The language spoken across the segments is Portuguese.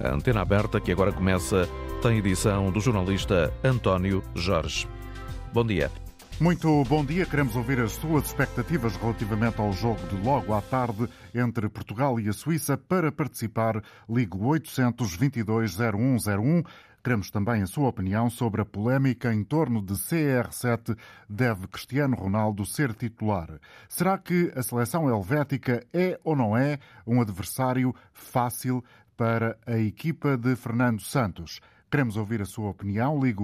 A Antena Aberta, que agora começa, tem edição do jornalista António Jorge. Bom dia. Muito bom dia. Queremos ouvir as suas expectativas relativamente ao jogo de logo à tarde entre Portugal e a Suíça. Para participar, ligue 822-0101. Queremos também a sua opinião sobre a polémica em torno de CR7. Deve Cristiano Ronaldo ser titular? Será que a seleção helvética é ou não é um adversário fácil para a equipa de Fernando Santos? Queremos ouvir a sua opinião. Ligue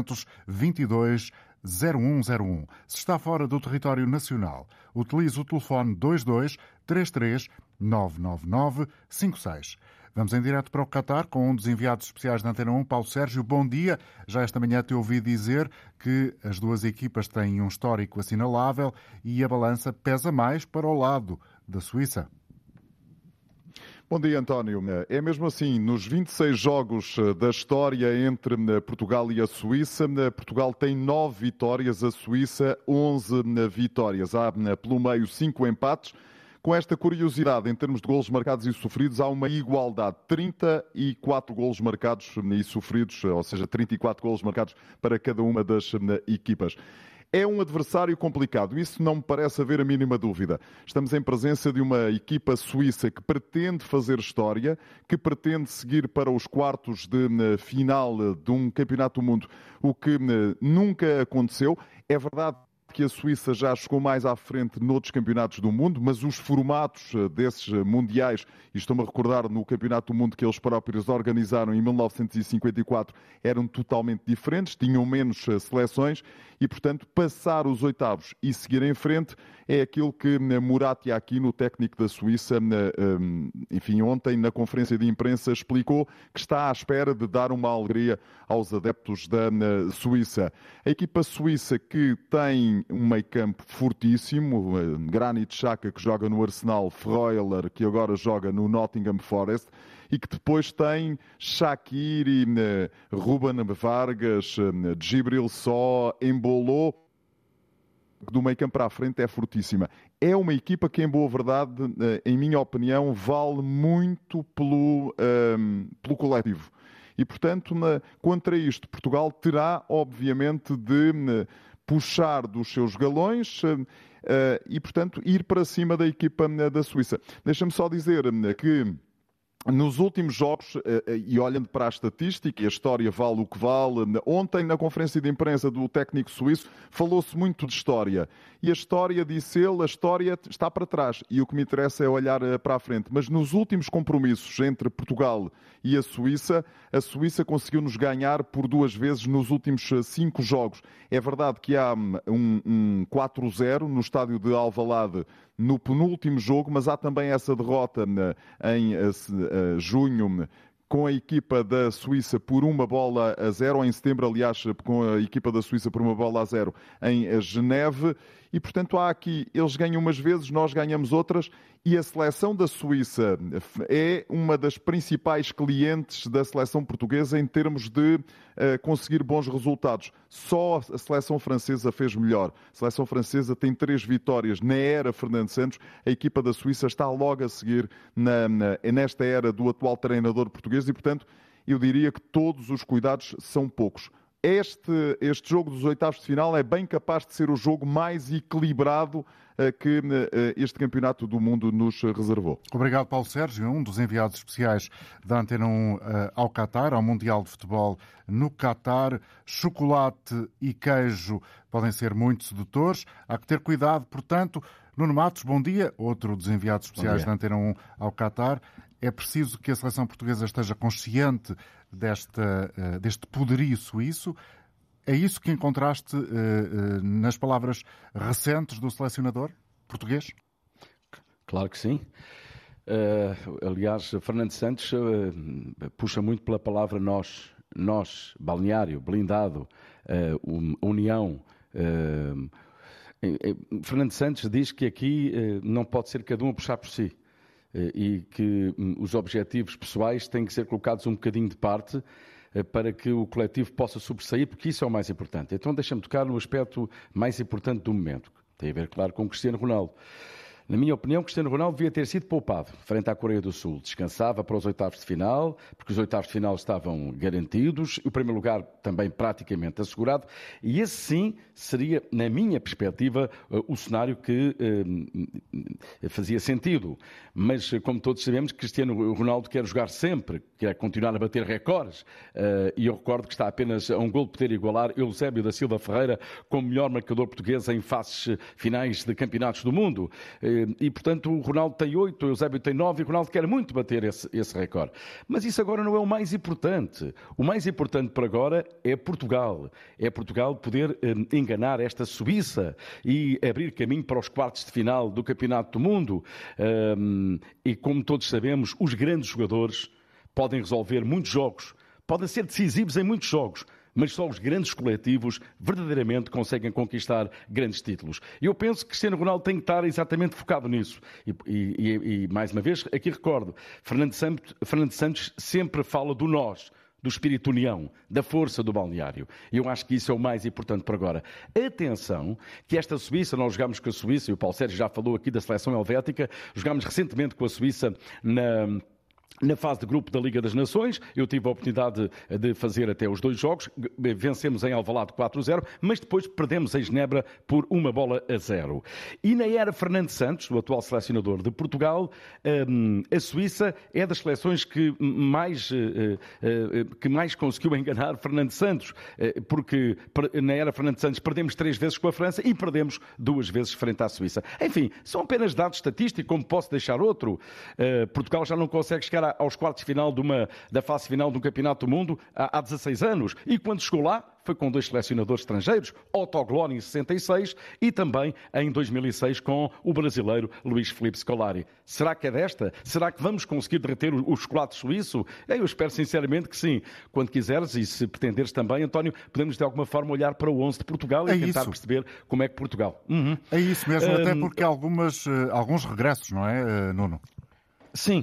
822-0101. Se está fora do território nacional, utilize o telefone 22 33 999 56. Vamos em direto para o Qatar com um dos enviados especiais da Antena 1, Paulo Sérgio. Bom dia. Já esta manhã te ouvi dizer que as duas equipas têm um histórico assinalável e a balança pesa mais para o lado da Suíça. Bom dia, António. É mesmo assim, nos 26 jogos da história entre Portugal e a Suíça, Portugal tem 9 vitórias, a Suíça 11 vitórias. Há pelo meio 5 empates. Com esta curiosidade, em termos de golos marcados e sofridos, há uma igualdade. 34 golos marcados e sofridos, ou seja, 34 golos marcados para cada uma das equipas. É um adversário complicado, isso não me parece haver a mínima dúvida. Estamos em presença de uma equipa suíça que pretende fazer história, que pretende seguir para os quartos de final de um campeonato do mundo, o que nunca aconteceu. É verdade que a Suíça já chegou mais à frente noutros campeonatos do mundo, mas os formatos desses mundiais, e estou-me a recordar no campeonato do mundo que eles próprios organizaram em 1954, eram totalmente diferentes, tinham menos seleções e, portanto, passar os oitavos e seguir em frente é aquilo que Murat Yakin, o técnico da Suíça, enfim, ontem na conferência de imprensa explicou que está à espera de dar uma alegria aos adeptos da Suíça. A equipa suíça que tem um meio-campo fortíssimo, Granit Xhaka, que joga no Arsenal, Freuler, que agora joga no Nottingham Forest, e que depois tem Shaqiri, Ruben Vargas, Djibril Só, Embolo, do meio campo para a frente é fortíssima. É uma equipa que, em boa verdade, em minha opinião, vale muito pelo coletivo. E, portanto, contra isto, Portugal terá, obviamente, de puxar dos seus galões e, portanto, ir para cima da equipa da Suíça. Deixa-me só dizer que nos últimos jogos, e olhando para a estatística, e a história vale o que vale, ontem na conferência de imprensa do técnico suíço falou-se muito de história. E a história, disse ele, a história está para trás. E o que me interessa é olhar para a frente. Mas nos últimos compromissos entre Portugal e a Suíça conseguiu-nos ganhar por 2 vezes nos últimos 5 jogos. É verdade que há um 4-0 no estádio de Alvalade no penúltimo jogo, mas há também essa derrota em junho com a equipa da Suíça por 1-0, ou em setembro, aliás, com a equipa da Suíça por 1-0 em Geneve. E, portanto, há aqui, eles ganham umas vezes, nós ganhamos outras, e a seleção da Suíça é uma das principais clientes da seleção portuguesa em termos de conseguir bons resultados. Só a seleção francesa fez melhor. A seleção francesa tem 3 vitórias na era Fernando Santos. A equipa da Suíça está logo a seguir nesta era do atual treinador português e, portanto, eu diria que todos os cuidados são poucos. Este jogo dos oitavos de final é bem capaz de ser o jogo mais equilibrado que este campeonato do mundo nos reservou. Obrigado, Paulo Sérgio, um dos enviados especiais da Antena 1 ao Qatar, ao Mundial de Futebol no Qatar. Chocolate e queijo podem ser muito sedutores. Há que ter cuidado, portanto. Nuno Matos, bom dia. Outro dos enviados especiais da Antena 1 ao Qatar. É preciso que a seleção portuguesa esteja consciente deste poderio suíço. É isso que encontraste nas palavras recentes do selecionador português? Claro que sim. Aliás, Fernando Santos puxa muito pela palavra nós, balneário, blindado, união. Fernando Santos diz que aqui não pode ser cada um a puxar por si. E que os objetivos pessoais têm que ser colocados um bocadinho de parte para que o coletivo possa sobressair, porque isso é o mais importante. Então deixa-me tocar no aspecto mais importante do momento. Tem a ver, claro, com o Cristiano Ronaldo. Na minha opinião, Cristiano Ronaldo devia ter sido poupado frente à Coreia do Sul. Descansava para os oitavos de final, porque os oitavos de final estavam garantidos, o primeiro lugar também praticamente assegurado, e esse sim seria, na minha perspectiva, o cenário que fazia sentido. Mas, como todos sabemos, Cristiano Ronaldo quer jogar sempre, quer continuar a bater recordes, e eu recordo que está apenas a um gol de poder igualar Eusébio da Silva Ferreira como melhor marcador português em fases finais de campeonatos do mundo. E, portanto, o Ronaldo tem 8, o Eusébio tem 9 e o Ronaldo quer muito bater esse recorde. Mas isso agora não é o mais importante. O mais importante por agora é Portugal. É Portugal poder enganar esta Suíça e abrir caminho para os quartos de final do Campeonato do Mundo. E, como todos sabemos, os grandes jogadores podem resolver muitos jogos, podem ser decisivos em muitos jogos, mas só os grandes coletivos verdadeiramente conseguem conquistar grandes títulos. E eu penso que Cristiano Ronaldo tem que estar exatamente focado nisso. E mais uma vez, aqui recordo, Fernando Santos sempre fala do nós, do espírito de união, da força do balneário. E eu acho que isso é o mais importante por agora. Atenção, que esta Suíça, nós jogámos com a Suíça, e o Paulo Sérgio já falou aqui da seleção helvética, jogámos recentemente com a Suíça na fase de grupo da Liga das Nações. Eu tive a oportunidade de fazer até os 2 jogos, vencemos em Alvalade 4-0, mas depois perdemos em Genebra por 1-0. E na era Fernando Santos, o atual selecionador de Portugal, a Suíça é das seleções que mais conseguiu enganar Fernando Santos, porque na era Fernando Santos perdemos 3 vezes com a França e perdemos 2 vezes frente à Suíça. Enfim, são apenas dados estatísticos, como posso deixar outro. Portugal já não consegue chegar aos quartos de final da fase final de um campeonato do mundo há 16 anos. E quando chegou lá, foi com 2 selecionadores estrangeiros, Otto Glória em 66 e também em 2006 com o brasileiro Luís Filipe Scolari. Será que é desta? Será que vamos conseguir derreter o chocolate suíço? Eu espero sinceramente que sim. Quando quiseres e se pretenderes também, António, podemos de alguma forma olhar para o 11 de Portugal e tentar perceber como é que Portugal... É isso mesmo, até porque há alguns regressos, não é, Nuno? Sim,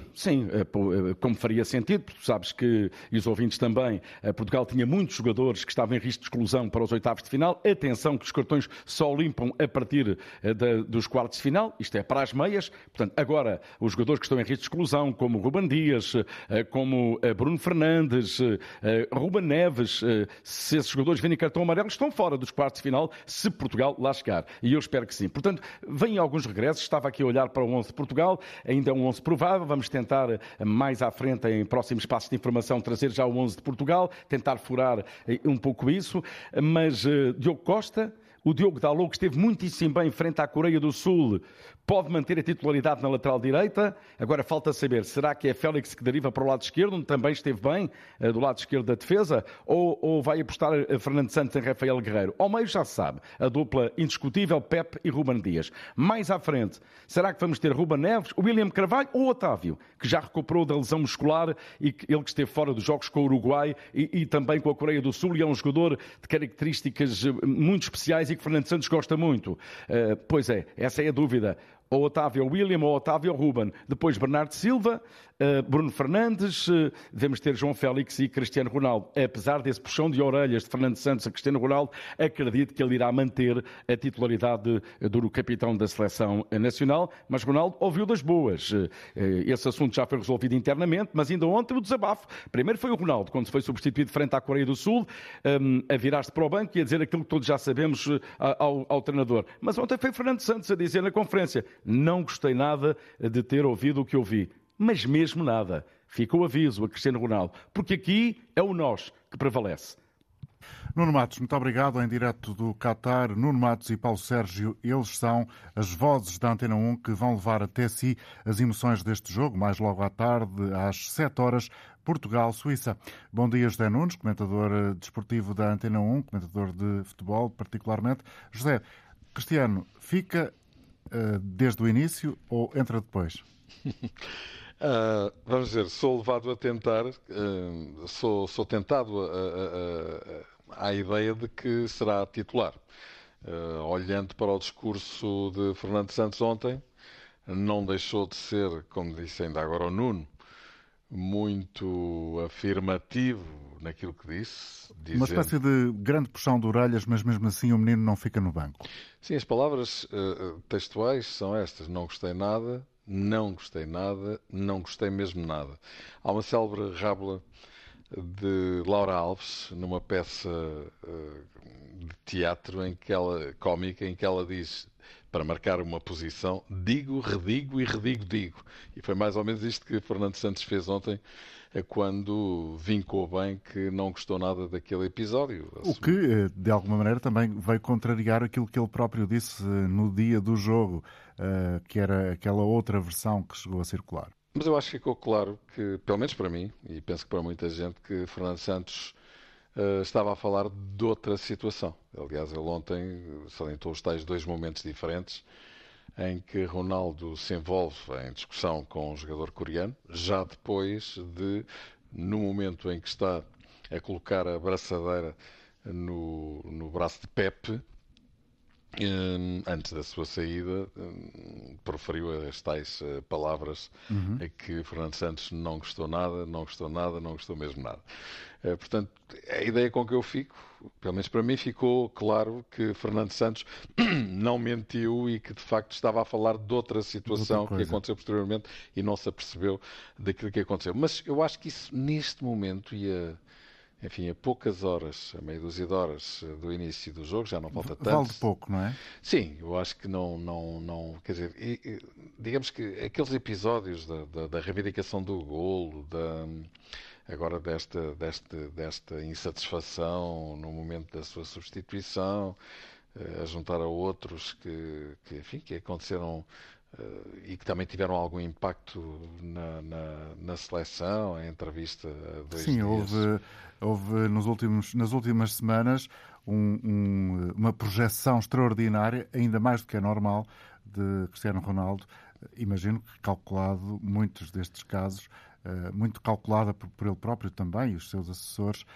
como faria sentido, porque tu sabes que, e os ouvintes também, Portugal tinha muitos jogadores que estavam em risco de exclusão para os oitavos de final. Atenção que os cartões só limpam a partir dos quartos de final, isto é para as meias. Portanto, agora, os jogadores que estão em risco de exclusão, como Ruben Dias, como Bruno Fernandes, Ruben Neves, se esses jogadores virem cartão amarelo, estão fora dos quartos de final, se Portugal lá chegar. E eu espero que sim. Portanto, vêm alguns regressos. Estava aqui a olhar para o 11 de Portugal, ainda é um 11 provável. Vamos tentar mais à frente, em próximos passos de informação, trazer já o 11 de Portugal, tentar furar um pouco isso. Mas Diogo Costa, o Diogo Dalot, que esteve muitíssimo bem frente à Coreia do Sul, pode manter a titularidade na lateral direita. Agora falta saber, será que é Félix que deriva para o lado esquerdo, onde também esteve bem, do lado esquerdo da defesa, ou vai apostar a Fernando Santos em Rafael Guerreiro? Ao meio já se sabe, a dupla indiscutível, Pepe e Ruben Dias. Mais à frente, será que vamos ter Ruben Neves, William Carvalho ou Otávio, que já recuperou da lesão muscular e ele que esteve fora dos jogos com o Uruguai e também com a Coreia do Sul, e é um jogador de características muito especiais e que Fernando Santos gosta muito. Pois é, essa é a dúvida. Ou Otávio William ou Otávio Ruben. Depois Bernardo Silva, Bruno Fernandes, devemos ter João Félix e Cristiano Ronaldo. Apesar desse puxão de orelhas de Fernando Santos a Cristiano Ronaldo, acredito que ele irá manter a titularidade do capitão da seleção nacional, mas Ronaldo ouviu das boas. Esse assunto já foi resolvido internamente, mas ainda ontem o desabafo. Primeiro foi o Ronaldo, quando foi substituído frente à Coreia do Sul, a virar-se para o banco e a dizer aquilo que todos já sabemos ao treinador. Mas ontem foi Fernando Santos a dizer na conferência: não gostei nada de ter ouvido o que ouvi. Mas mesmo nada. Fica o aviso a Cristiano Ronaldo, porque aqui é o nós que prevalece. Nuno Matos, muito obrigado. Em direto do Qatar, Nuno Matos e Paulo Sérgio, eles são as vozes da Antena 1 que vão levar até si as emoções deste jogo, mais logo à tarde, às 7 horas, Portugal-Suíça. Bom dia, José Nunes, comentador desportivo da Antena 1, comentador de futebol particularmente. José, Cristiano, fica desde o início ou entra depois? Vamos dizer, sou levado a tentar, sou tentado à ideia de que será titular. Olhando para o discurso de Fernando Santos ontem, não deixou de ser, como disse ainda agora o Nuno, muito afirmativo naquilo que disse. Uma espécie de grande puxão de orelhas, mas mesmo assim o menino não fica no banco. Sim, as palavras textuais são estas: não gostei nada, não gostei nada, não gostei mesmo nada. Há uma célebre rábula de Laura Alves, numa peça de teatro cómica, em que ela diz, para marcar uma posição, digo, redigo e redigo, digo. E foi mais ou menos isto que Fernando Santos fez ontem, quando vincou bem que não gostou nada daquele episódio. O que, de alguma maneira, também veio contrariar aquilo que ele próprio disse no dia do jogo, que era aquela outra versão que chegou a circular. Mas eu acho que ficou claro que, pelo menos para mim, e penso que para muita gente, que Fernando Santos estava a falar de outra situação. Aliás, ele ontem salientou os tais 2 momentos diferentes em que Ronaldo se envolve em discussão com um jogador coreano, já depois de, no momento em que está a colocar a braçadeira no braço de Pepe, antes da sua saída, proferiu as tais palavras a que Fernando Santos não gostou nada, não gostou nada, não gostou mesmo nada. Portanto, a ideia com que eu fico, pelo menos para mim, ficou claro que Fernando Santos não mentiu e que de facto estava a falar de outra situação que aconteceu posteriormente e não se apercebeu daquilo que aconteceu. Mas eu acho que isso, neste momento, enfim, a poucas horas, a meia dúzia de horas do início do jogo, já não falta tanto. Vale de pouco, não é? Sim, eu acho que não, quer dizer, digamos que aqueles episódios da reivindicação do golo, agora desta insatisfação no momento da sua substituição, a juntar a outros que aconteceram e que também tiveram algum impacto na seleção, a entrevista a 2 Sim, dias. houve nas últimas semanas uma projeção extraordinária, ainda mais do que é normal, de Cristiano Ronaldo. Imagino que calculado, muitos destes casos, muito calculada por ele próprio também e os seus assessores,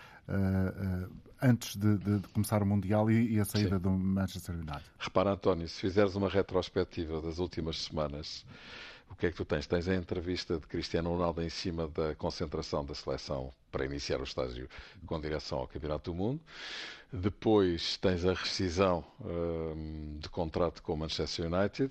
antes de começar o Mundial e a saída Sim. do Manchester United. Repara, António, se fizeres uma retrospectiva das últimas semanas, o que é que tu tens? Tens a entrevista de Cristiano Ronaldo em cima da concentração da seleção para iniciar o estágio com direção ao Campeonato do Mundo. Depois tens a rescisão de contrato com o Manchester United.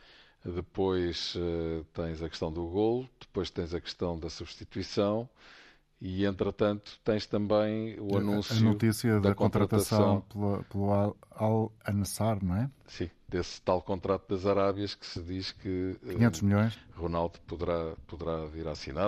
Depois tens a questão do golo. Depois tens a questão da substituição. E, entretanto, tens também o anúncio... A notícia da contratação pelo Al-Nassr, não é? Sim, desse tal contrato das Arábias que se diz que 500 milhões. Ronaldo poderá vir a assinar,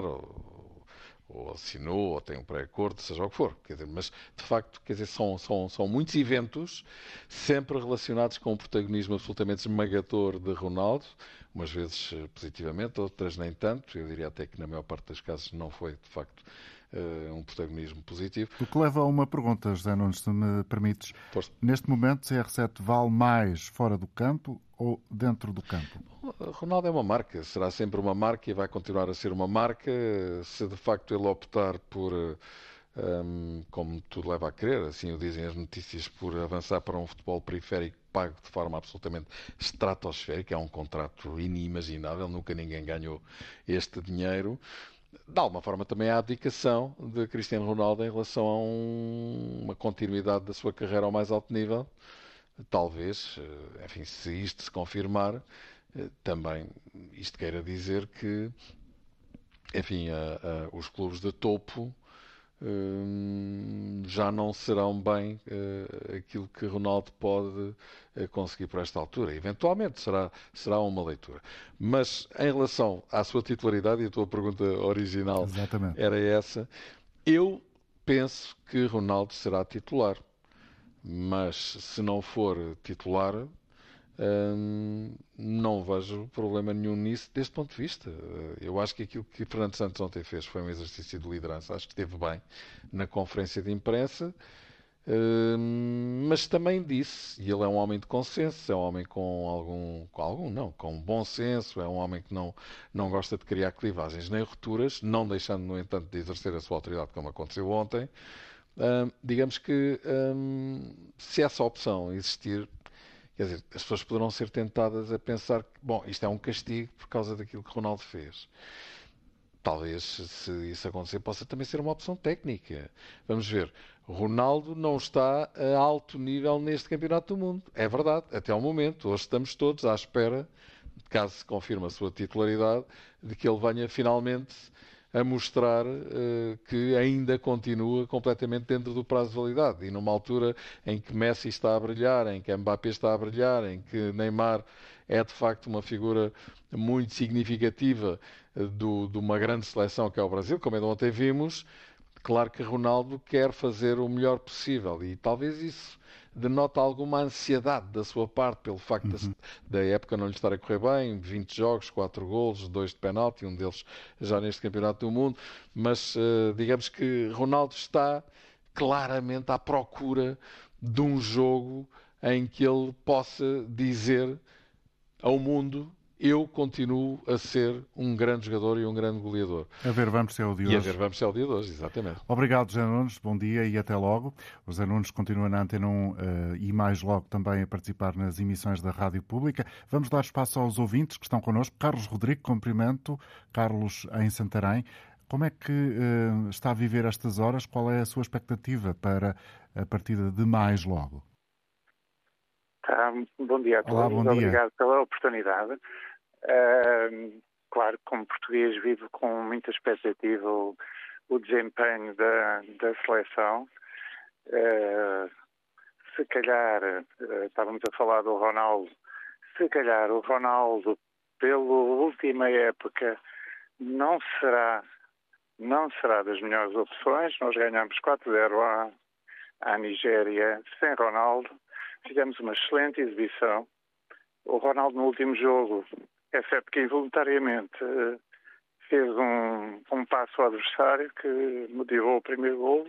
ou assinou, ou tem um pré-acordo, seja o que for. Quer dizer, mas, de facto, quer dizer, são muitos eventos sempre relacionados com o protagonismo absolutamente esmagador de Ronaldo, umas vezes positivamente, outras nem tanto. Eu diria até que, na maior parte dos casos, não foi, de facto, um protagonismo positivo. O que leva a uma pergunta, José Nunes, se me permites. Força. Neste momento, CR7 vale mais fora do campo ou dentro do campo? Ronaldo é uma marca, será sempre uma marca e vai continuar a ser uma marca. Se de facto ele optar por, como tudo leva a crer, assim o dizem as notícias, por avançar para um futebol periférico pago de forma absolutamente estratosférica, é um contrato inimaginável, nunca ninguém ganhou este dinheiro. De alguma forma também há a abdicação de Cristiano Ronaldo em relação a uma continuidade da sua carreira ao mais alto nível. Talvez, enfim, se isto se confirmar, também isto queira dizer que, enfim, os clubes de topo já não serão bem aquilo que Ronaldo pode conseguir por esta altura. Eventualmente será uma leitura. Mas em relação à sua titularidade, e a tua pergunta original Exatamente. era essa, eu penso que Ronaldo será titular. Mas se não for titular, não vejo problema nenhum nisso deste ponto de vista. Eu acho que aquilo que Fernando Santos ontem fez foi um exercício de liderança. Acho que esteve bem na conferência de imprensa, mas também disse, e ele é um homem de consenso, é um homem com bom senso, é um homem que não gosta de criar clivagens nem rupturas, não deixando, no entanto, de exercer a sua autoridade como aconteceu ontem. Digamos que se essa opção existir, quer dizer, as pessoas poderão ser tentadas a pensar que, bom, isto é um castigo por causa daquilo que Ronaldo fez. talvez, se isso acontecer, possa também ser uma opção técnica. Vamos ver. Ronaldo não está a alto nível neste Campeonato do Mundo. É verdade, até ao momento. Hoje estamos todos à espera, caso se confirme a sua titularidade, de que ele venha finalmente a mostrar que ainda continua completamente dentro do prazo de validade. E numa altura em que Messi está a brilhar, em que Mbappé está a brilhar, em que Neymar é de facto uma figura muito significativa de uma grande seleção que é o Brasil, como ainda ontem vimos, claro que Ronaldo quer fazer o melhor possível e talvez isso denota alguma ansiedade da sua parte pelo facto da época não lhe estar a correr bem, 20 jogos, 4 golos, 2 de penalti, um deles já neste Campeonato do Mundo, mas digamos que Ronaldo está claramente à procura de um jogo em que ele possa dizer ao mundo: eu continuo a ser um grande jogador e um grande goleador. A ver, vamos ser o de hoje. E a ver, vamos ser o dia de hoje, exatamente. Obrigado, José Nunes. Bom dia e até logo. O José Nunes continua na Antena 1 e mais logo também a participar nas emissões da Rádio Pública. Vamos dar espaço aos ouvintes que estão connosco. Carlos Rodrigo, cumprimento. Carlos, em Santarém. Como é que está a viver estas horas? Qual é a sua expectativa para a partida de mais logo? Bom dia a todos. Olá, bom dia. Obrigado pela oportunidade. Claro, como português, vivo com muita expectativa o desempenho da seleção. Se calhar, estávamos a falar do Ronaldo, se calhar o Ronaldo, pela última época, não será das melhores opções. Nós ganhamos 4-0 à Nigéria sem Ronaldo. Fizemos uma excelente exibição. O Ronaldo, no último jogo, é certo que involuntariamente fez um passo ao adversário que motivou o primeiro golo.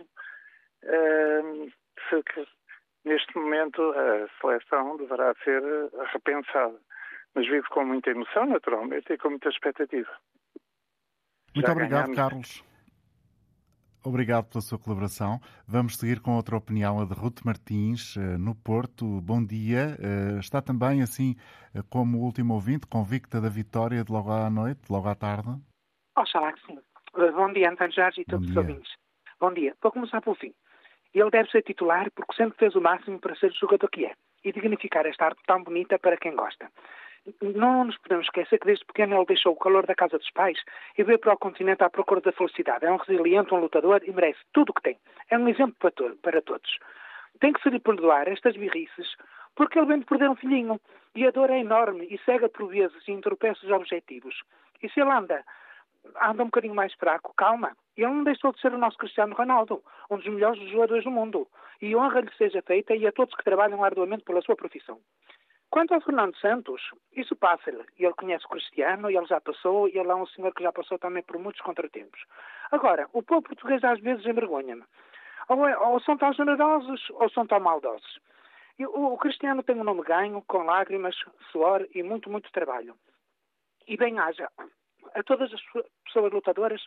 Neste momento, a seleção deverá ser repensada. Mas vivo com muita emoção, naturalmente, e com muita expectativa. Muito obrigado, Carlos. Obrigado pela sua colaboração. Vamos seguir com outra opinião, a de Ruth Martins, no Porto. Bom dia. Está também, assim como o último ouvinte, convicta da vitória de logo à noite, logo à tarde? Oxalá que sim. Bom dia, António Jorge e todos os ouvintes. Bom dia. Vou começar pelo fim. Ele deve ser titular porque sempre fez o máximo para ser o jogador que é e dignificar esta arte tão bonita para quem gosta. Não nos podemos esquecer que desde pequeno ele deixou o calor da casa dos pais e veio para o continente à procura da felicidade. É um resiliente, um lutador e merece tudo o que tem. É um exemplo para todos. Tem que se lhe perdoar estas birrices porque ele vem de perder um filhinho e a dor é enorme e cega por vezes e entorpece os objetivos. E se ele anda um bocadinho mais fraco, calma. Ele não deixou de ser o nosso Cristiano Ronaldo, um dos melhores jogadores do mundo. E honra lhe seja feita e a todos que trabalham arduamente pela sua profissão. Quanto ao Fernando Santos, isso passa-lhe. Ele conhece o Cristiano, ele já passou, e ele é um senhor que já passou também por muitos contratempos. Agora, o povo português às vezes envergonha-me. Ou são tão generosos, ou são tão maldosos. O Cristiano tem um nome ganho, com lágrimas, suor e muito, muito trabalho. E bem-haja a todas as pessoas lutadoras.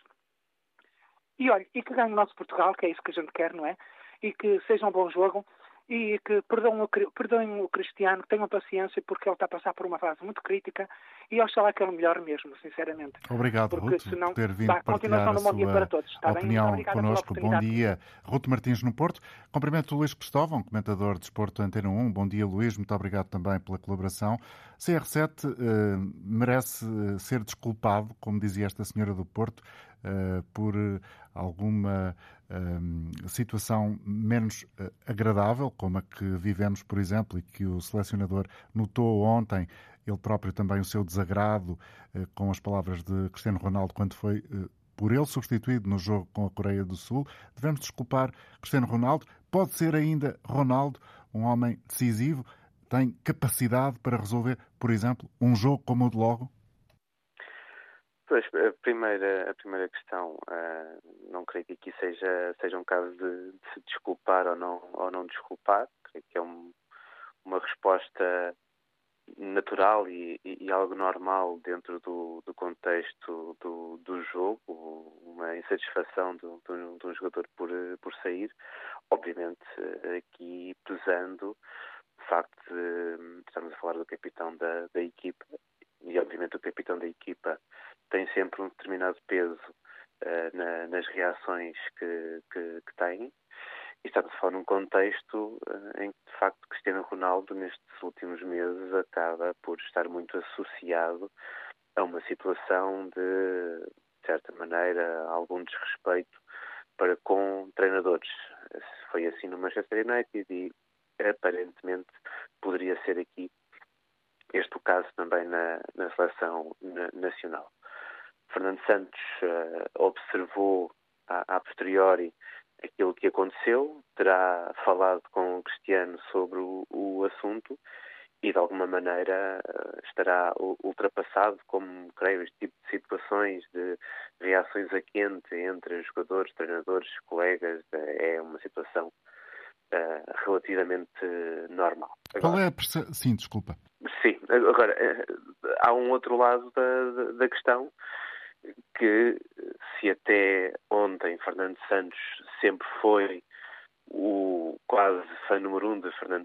E olha, e que ganhe o nosso Portugal, que é isso que a gente quer, não é? E que seja um bom jogo. E que perdoem o Cristiano, que tenham paciência, porque ele está a passar por uma fase muito crítica e oxalá que ele melhore mesmo, sinceramente. Obrigado, porque, Ruth, senão, por ter vindo partilhar a bom dia para todos, está opinião bem? connosco. Bom dia, Ruth Martins no Porto. Cumprimento o Luís Cristóvão, comentador de Desporto Antena 1. Bom dia, Luís. Muito obrigado também pela colaboração. CR7 merece ser desculpado, como dizia esta senhora do Porto, por alguma situação menos agradável, como a que vivemos, por exemplo, e que o selecionador notou ontem, ele próprio também, o seu desagrado com as palavras de Cristiano Ronaldo quando foi por ele substituído no jogo com a Coreia do Sul. Devemos desculpar Cristiano Ronaldo. Pode ser ainda Ronaldo um homem decisivo? Tem capacidade para resolver, por exemplo, um jogo como o de logo? Pois, a primeira questão, não creio que aqui seja um caso de se desculpar ou não desculpar. Creio que é uma resposta natural e algo normal dentro do contexto do jogo, uma insatisfação de um jogador por sair. Obviamente, aqui pesando o facto de estarmos a falar do capitão da equipa, e obviamente o capitão da equipa tem sempre um determinado peso nas reações que tem. E estamos a falar num contexto em que, de facto, Cristiano Ronaldo, nestes últimos meses, acaba por estar muito associado a uma situação de certa maneira, algum desrespeito para com treinadores. Foi assim no Manchester United e, aparentemente, poderia ser aqui este o caso também na seleção nacional. Fernando Santos observou a posteriori aquilo que aconteceu, terá falado com o Cristiano sobre o assunto e, de alguma maneira, estará ultrapassado, como creio, este tipo de situações de reações a quente entre jogadores, treinadores, colegas, é uma situação relativamente normal. Qual é a Sim, desculpa. Sim, agora, há um outro lado da questão, que se até ontem Fernando Santos sempre foi o quase fã número 1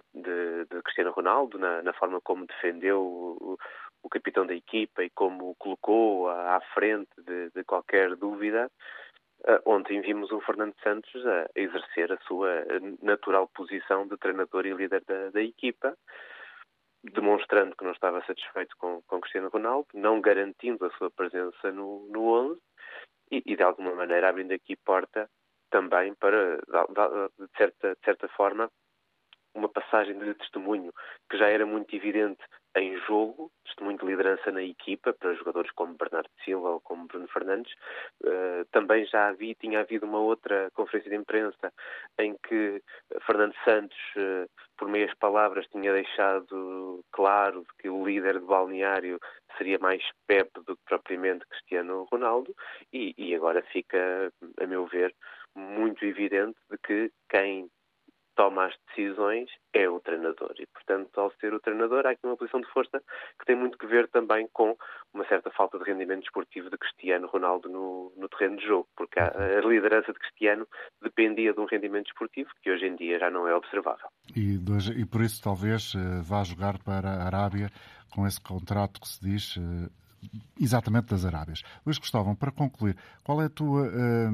de Cristiano Ronaldo, na forma como defendeu o capitão da equipa e como o colocou à frente de qualquer dúvida, ontem vimos o Fernando Santos a exercer a sua natural posição de treinador e líder da equipa, demonstrando que não estava satisfeito com Cristiano Ronaldo, não garantindo a sua presença no 11 e de alguma maneira abrindo aqui porta também para, de certa forma, uma passagem de testemunho que já era muito evidente em jogo, testemunho de liderança na equipa, para jogadores como Bernardo Silva ou como Bruno Fernandes. Também tinha havido uma outra conferência de imprensa em que Fernando Santos, por meias palavras, tinha deixado claro que o líder do balneário seria mais Pep do que propriamente Cristiano Ronaldo e agora fica, a meu ver, muito evidente de que quem toma as decisões é o treinador e, portanto, ao ser o treinador, há aqui uma posição de força que tem muito que ver também com uma certa falta de rendimento desportivo de Cristiano Ronaldo no terreno de jogo, porque a liderança de Cristiano dependia de um rendimento desportivo que hoje em dia já não é observável. E por isso talvez vá jogar para a Arábia com esse contrato que se diz exatamente das Arábias. Luís Cristóvão, para concluir, qual é a tua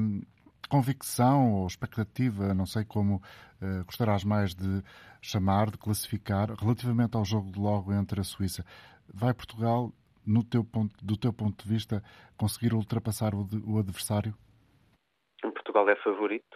convicção ou expectativa, não sei como gostarás mais de chamar, de classificar, relativamente ao jogo de logo entre a Suíça? Vai Portugal, do teu ponto de vista, conseguir ultrapassar o adversário? Portugal é favorito.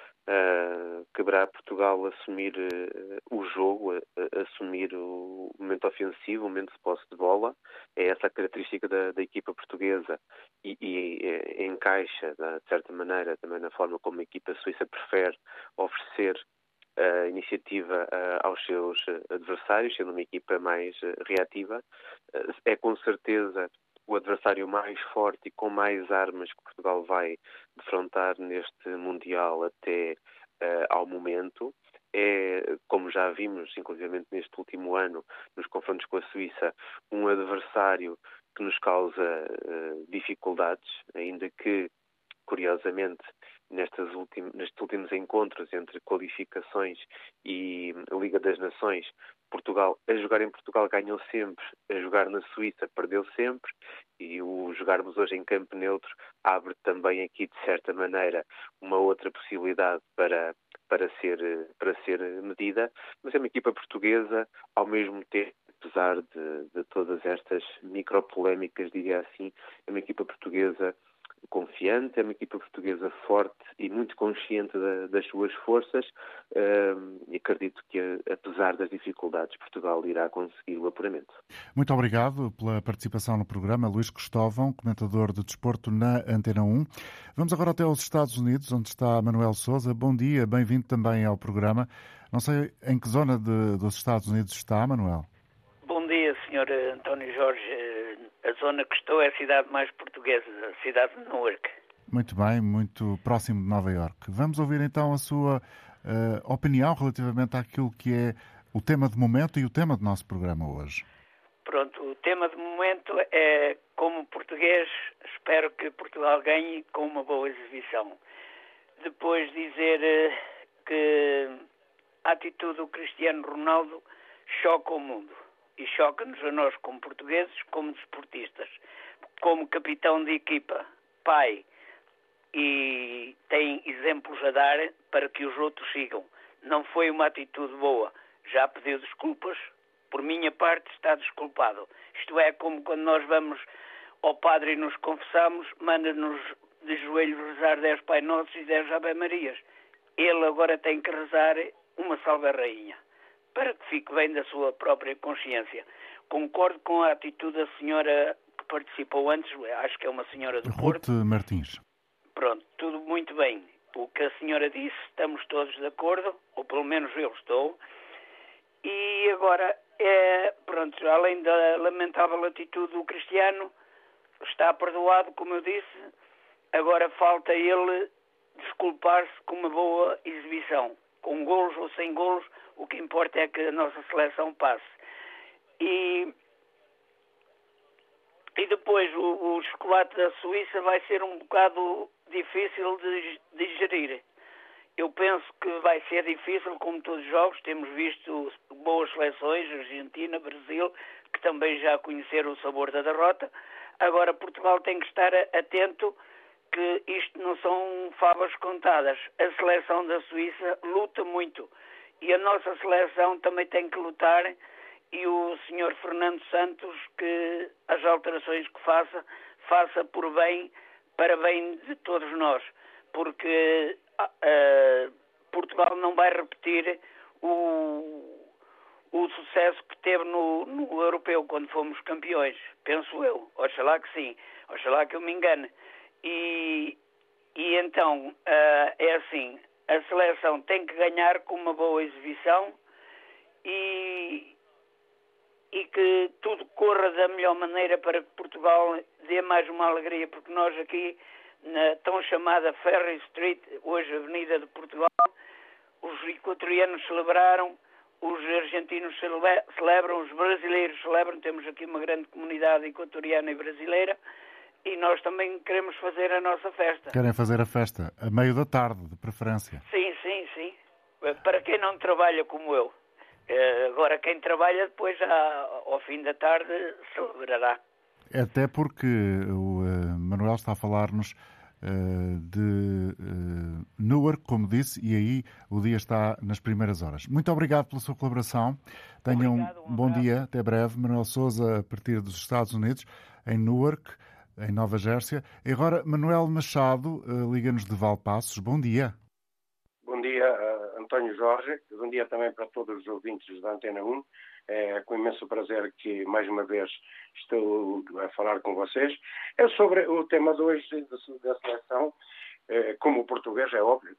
Caberá Portugal assumir o jogo, assumir o momento ofensivo, o momento de posse de bola. É essa a característica da equipa portuguesa e encaixa, de certa maneira, também na forma como a equipa suíça prefere oferecer a iniciativa aos seus adversários, sendo uma equipa mais reativa. É com certeza o adversário mais forte e com mais armas que Portugal vai defrontar neste Mundial até ao momento. É, como já vimos, inclusive neste último ano, nos confrontos com a Suíça, um adversário que nos causa dificuldades, ainda que, curiosamente, nestes últimos encontros entre qualificações e Liga das Nações, Portugal, a jogar em Portugal ganhou sempre, a jogar na Suíça perdeu sempre, e o jogarmos hoje em campo neutro abre também aqui, de certa maneira, uma outra possibilidade para ser medida, mas é uma equipa portuguesa, ao mesmo tempo, apesar de todas estas micropolémicas, diria assim, é uma equipa portuguesa confiante, é uma equipa portuguesa forte e muito consciente das suas forças e acredito que, apesar das dificuldades, Portugal irá conseguir o apuramento. Muito obrigado pela participação no programa, Luís Cristóvão, comentador de desporto na Antena 1. Vamos agora até aos Estados Unidos, onde está Manuel Sousa. Bom dia, bem-vindo também ao programa. Não sei em que zona dos Estados Unidos está, Manuel. Bom dia, Sr. António Jorge. A zona que estou é a cidade mais portuguesa, a cidade de Newark. Muito bem, muito próximo de Nova Iorque. Vamos ouvir então a sua opinião relativamente àquilo que é o tema de momento e o tema do nosso programa hoje. Pronto, o tema de momento é, como português, espero que Portugal ganhe com uma boa exibição. Depois dizer que a atitude do Cristiano Ronaldo choca o mundo. E choca-nos a nós como portugueses, como desportistas, como capitão de equipa, pai, e tem exemplos a dar para que os outros sigam. Não foi uma atitude boa. Já pediu desculpas. Por minha parte, está desculpado. Isto é como quando nós vamos ao padre e nos confessamos, manda-nos de joelhos rezar 10 Pai Nossos e 10 Ave Marias. Ele agora tem que rezar uma Salve Rainha, para que fique bem da sua própria consciência. Concordo com a atitude da senhora que participou antes, acho que é uma senhora do Porto. Ruth Martins. Pronto, tudo muito bem. O que a senhora disse, estamos todos de acordo, ou pelo menos eu estou. E agora, pronto, além da lamentável atitude do Cristiano, está perdoado, como eu disse, agora falta ele desculpar-se com uma boa exibição. Com golos ou sem golos, o que importa é que a nossa seleção passe. E depois o chocolate da Suíça vai ser um bocado difícil de digerir. Eu penso que vai ser difícil, como todos os jogos. Temos visto boas seleções, Argentina, Brasil, que também já conheceram o sabor da derrota. Agora Portugal tem que estar atento que isto não são favas contadas. A seleção da Suíça luta muito e a nossa seleção também tem que lutar, e o Sr. Fernando Santos, que as alterações que faça por bem, para bem de todos nós, porque Portugal não vai repetir o sucesso que teve no europeu quando fomos campeões, penso eu. Oxalá que sim, oxalá que eu me engane. E então, é assim, a seleção tem que ganhar com uma boa exibição e que tudo corra da melhor maneira para que Portugal dê mais uma alegria, porque nós aqui, na tão chamada Ferry Street, hoje Avenida de Portugal, os equatorianos celebraram, os argentinos celebram, os brasileiros celebram, temos aqui uma grande comunidade equatoriana e brasileira, e nós também queremos fazer a nossa festa. Querem fazer a festa a meio da tarde, de preferência? Sim, sim, sim. Para quem não trabalha como eu. Agora, quem trabalha depois, ao fim da tarde, celebrará. Até porque o Manuel está a falar-nos de Newark, como disse, e aí o dia está nas primeiras horas. Muito obrigado pela sua colaboração. Tenham um bom dia, até breve. Manuel Sousa, a partir dos Estados Unidos, em Newark, em Nova Jersey. E agora, Manuel Machado, liga-nos de Valpassos. Bom dia. Bom dia, António Jorge. Bom dia também para todos os ouvintes da Antena 1. É com imenso prazer que, mais uma vez, estou a falar com vocês. É sobre o tema de hoje da seleção. Como português, é óbvio,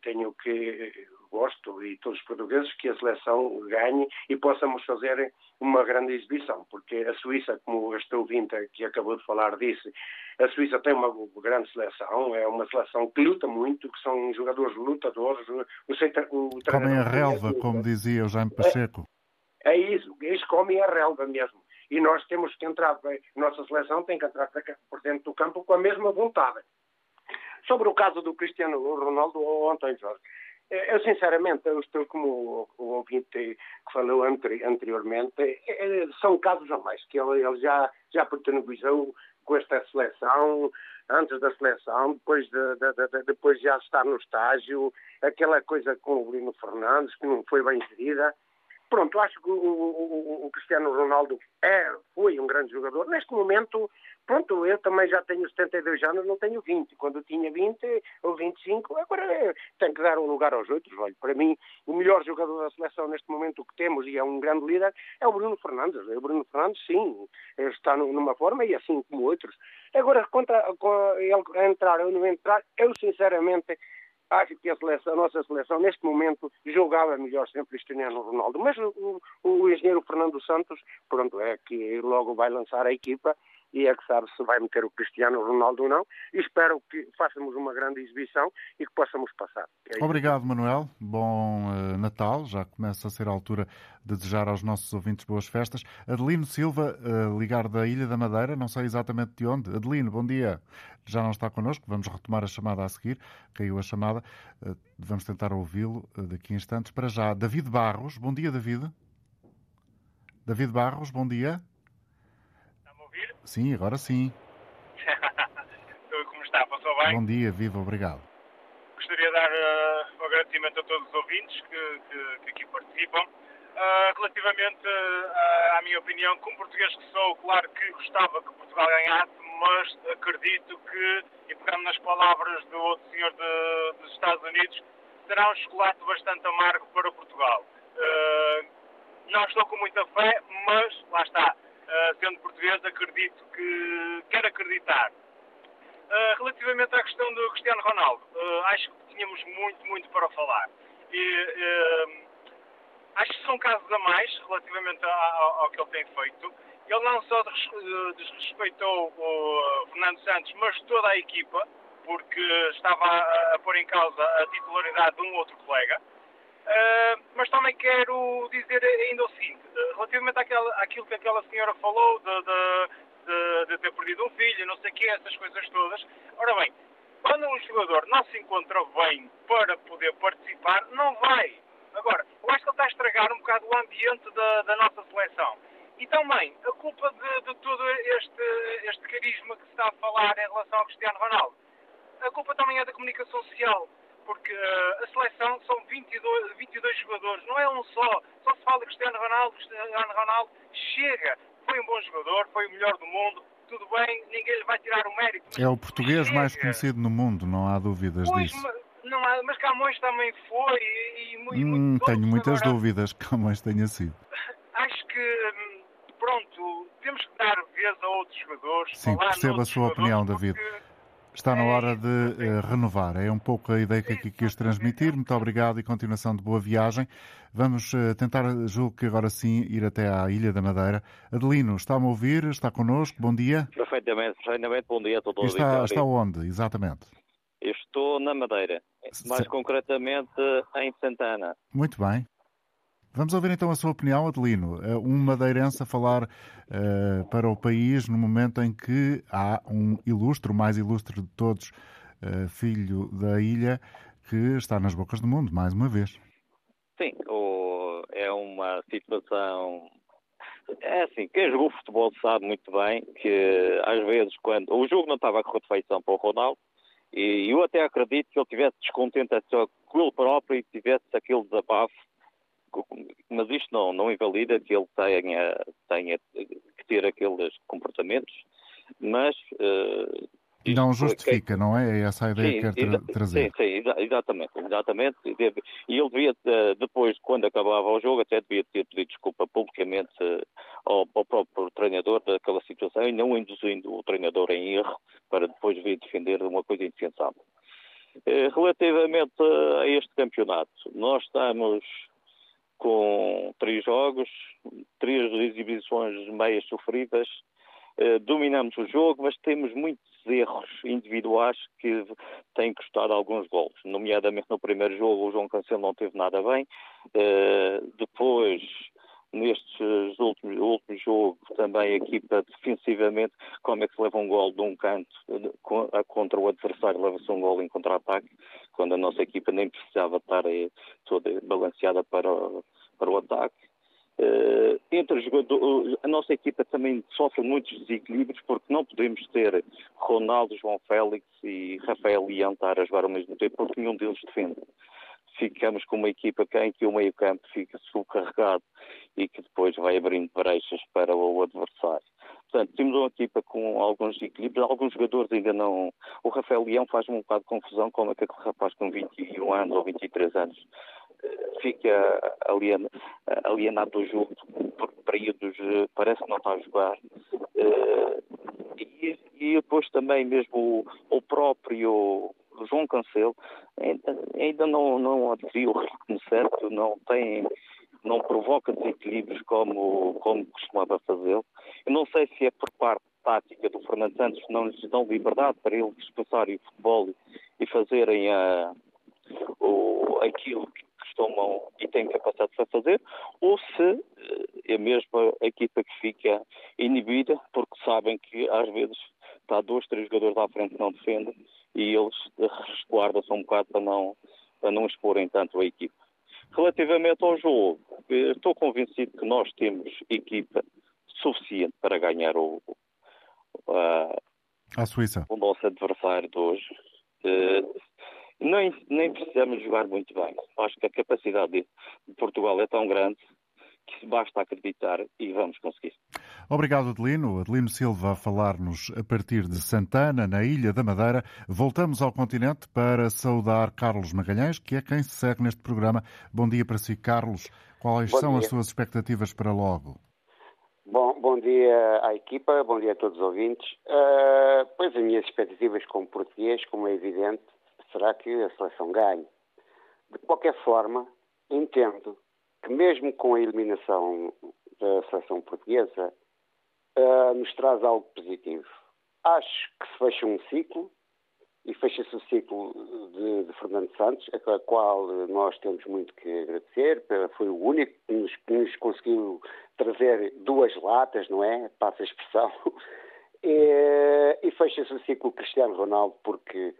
gosto, e todos os portugueses, que a seleção ganhe e possamos fazer uma grande exibição, porque a Suíça, como este ouvinte que acabou de falar disse, a Suíça tem uma grande seleção, é uma seleção que luta muito, que são jogadores lutadores. Comem a relva, como dizia o Jaime Pacheco. É isso, eles comem a relva mesmo. E nós temos que entrar, a nossa seleção tem que entrar por dentro do campo com a mesma vontade. Sobre o caso do Cristiano Ronaldo ou António Jorge, eu sinceramente, eu estou como o ouvinte que falou anteriormente, são casos a mais, que ele já protagonizou com esta seleção, antes da seleção, depois já está no estágio, aquela coisa com o Bruno Fernandes, que não foi bem gerida. Pronto, acho que o Cristiano Ronaldo foi um grande jogador. Neste momento, pronto, eu também já tenho 72 anos, não tenho 20. Quando eu tinha 20 ou 25, agora tenho que dar um lugar aos outros. Olha, para mim, o melhor jogador da seleção neste momento que temos, e é um grande líder, é o Bruno Fernandes. O Bruno Fernandes, sim, está numa forma, e assim como outros. Agora, quanto a ele entrar ou não entrar, eu sinceramente acho que a nossa seleção, neste momento, jogava melhor sem o Cristiano Ronaldo. Mas o engenheiro Fernando Santos, pronto, é que logo vai lançar a equipa e é que sabe se vai meter o Cristiano Ronaldo ou não. E espero que façamos uma grande exibição e que possamos passar. Obrigado, Manuel. Bom Natal. Já começa a ser a altura de desejar aos nossos ouvintes boas festas. Adelino Silva, ligar da Ilha da Madeira, não sei exatamente de onde. Adelino, bom dia. Já não está connosco, vamos retomar a chamada a seguir. Caiu a chamada. Vamos tentar ouvi-lo daqui a instantes. Para já, David Barros. Bom dia, David. David Barros, bom dia. Está-me a ouvir? Sim, agora sim. Como está? Passou bem? Bom dia, viva, obrigado. dar o agradecimento a todos os ouvintes que aqui participam. Relativamente à minha opinião, como português que sou, claro que gostava que Portugal ganhasse, mas acredito que, e pegando nas palavras do outro senhor dos Estados Unidos, será um chocolate bastante amargo para Portugal. Não estou com muita fé, mas lá está, sendo português, acredito que quero acreditar. Relativamente à questão do Cristiano Ronaldo, acho que tínhamos muito para falar. Acho que são casos a mais relativamente ao que ele tem feito. Ele não só desrespeitou o Fernando Santos, mas toda a equipa, porque estava a pôr em causa a titularidade de um outro colega. Mas também quero dizer ainda o seguinte, relativamente àquilo que aquela senhora falou, de ter perdido um filho, não sei o quê, essas coisas todas. Ora bem, quando um jogador não se encontra bem para poder participar, não vai. Agora, eu acho que ele está a estragar um bocado o ambiente da nossa seleção. E também, a culpa de todo este carisma que se está a falar em relação ao Cristiano Ronaldo, a culpa também é da comunicação social, porque a seleção são 22 jogadores, não é um só se fala de Cristiano Ronaldo, chega, foi um bom jogador, foi o melhor do mundo, tudo bem, ninguém lhe vai tirar o mérito. É o português mais conhecido no mundo, não há dúvidas disso. Mas Camões também foi e tenho muitas dúvidas que Camões tenha sido. Acho que, pronto, temos que dar vez a outros jogadores. Sim, percebo a sua opinião, David. Está na hora de renovar. É um pouco a ideia que aqui quis transmitir. Muito obrigado e continuação de boa viagem. Vamos tentar, julgo que agora sim, ir até à Ilha da Madeira. Adelino, está-me a ouvir? Está connosco? Bom dia. Perfeitamente. Bom dia a todos. Está onde, exatamente? Eu estou na Madeira, mais concretamente em Santana. Muito bem. Vamos ouvir então a sua opinião, Adelino. Um madeirense a falar para o país no momento em que há um ilustre, o mais ilustre de todos, filho da ilha, que está nas bocas do mundo, mais uma vez. Sim, é uma situação... É assim, quem jogou futebol sabe muito bem que às vezes quando... O jogo não estava a correr de feição para o Ronaldo, e eu até acredito que ele estivesse descontente com ele próprio e tivesse aquele desabafo, mas isto não invalida que ele tenha que ter aqueles comportamentos, mas... não justifica, não é? É essa a ideia que quer trazer. Sim, exatamente. E ele devia, depois, quando acabava o jogo, até devia ter pedido desculpa publicamente ao próprio treinador daquela situação e não induzindo o treinador em erro para depois vir defender uma coisa indefensável. Relativamente a este campeonato, nós estamos com 3 jogos, 3 exibições meias sofridas, dominamos o jogo, mas temos muitos erros individuais que têm custado alguns golos. Nomeadamente no primeiro jogo o João Cancelo não teve nada bem. Depois, nestes últimos jogos, também a equipa defensivamente, como é que se leva um golo de um canto contra o adversário, leva-se um golo em contra-ataque, quando a nossa equipa nem precisava estar toda balanceada para o ataque. Entre os jogadores, a nossa equipa também sofre muitos desequilíbrios porque não podemos ter Ronaldo, João Félix e Rafael Leão estar a jogar ao mesmo tempo porque nenhum deles defende. Ficamos com uma equipa em que o meio-campo fica subcarregado e que depois vai abrindo brechas para o adversário. Portanto, temos uma equipa com alguns desequilíbrios, alguns jogadores ainda não... O Rafael Leão faz-me um bocado de confusão como é que aquele rapaz com 21 anos ou 23 anos fica alienado do jogo por períodos, parece que não está a jogar. E depois também mesmo o próprio João Cancelo ainda não adquiriu o ritmo certo, não provoca desequilíbrios como costumava fazê-lo. Eu não sei se é por parte tática do Fernando Santos, não lhes dão liberdade para eles expressarem o futebol e fazerem aquilo que costumam e têm capacidade para fazer, ou se é mesmo a equipa que fica inibida, porque sabem que às vezes está 2, 3 jogadores à frente que não defendem e eles resguardam-se um bocado para não exporem tanto a equipa. Relativamente ao jogo, estou convencido que nós temos equipa suficiente para ganhar a Suíça. O nosso adversário de hoje. Nem precisamos jogar muito bem. Acho que a capacidade de Portugal é tão grande que basta acreditar e vamos conseguir. Obrigado, Adelino. Adelino Silva a falar-nos a partir de Santana, na Ilha da Madeira. Voltamos ao continente para saudar Carlos Magalhães, que é quem se segue neste programa. Bom dia para si, Carlos. Quais são as suas expectativas para logo? Bom dia à equipa, bom dia a todos os ouvintes. Pois as minhas expectativas como português, como é evidente, será que a seleção ganhe. De qualquer forma, entendo que mesmo com a eliminação da seleção portuguesa, nos traz algo positivo. Acho que se fecha um ciclo, e fecha-se o ciclo de Fernando Santos, a qual nós temos muito que agradecer. Foi o único que nos conseguiu trazer 2 latas, não é? Passa a expressão. E fecha-se o ciclo Cristiano Ronaldo porque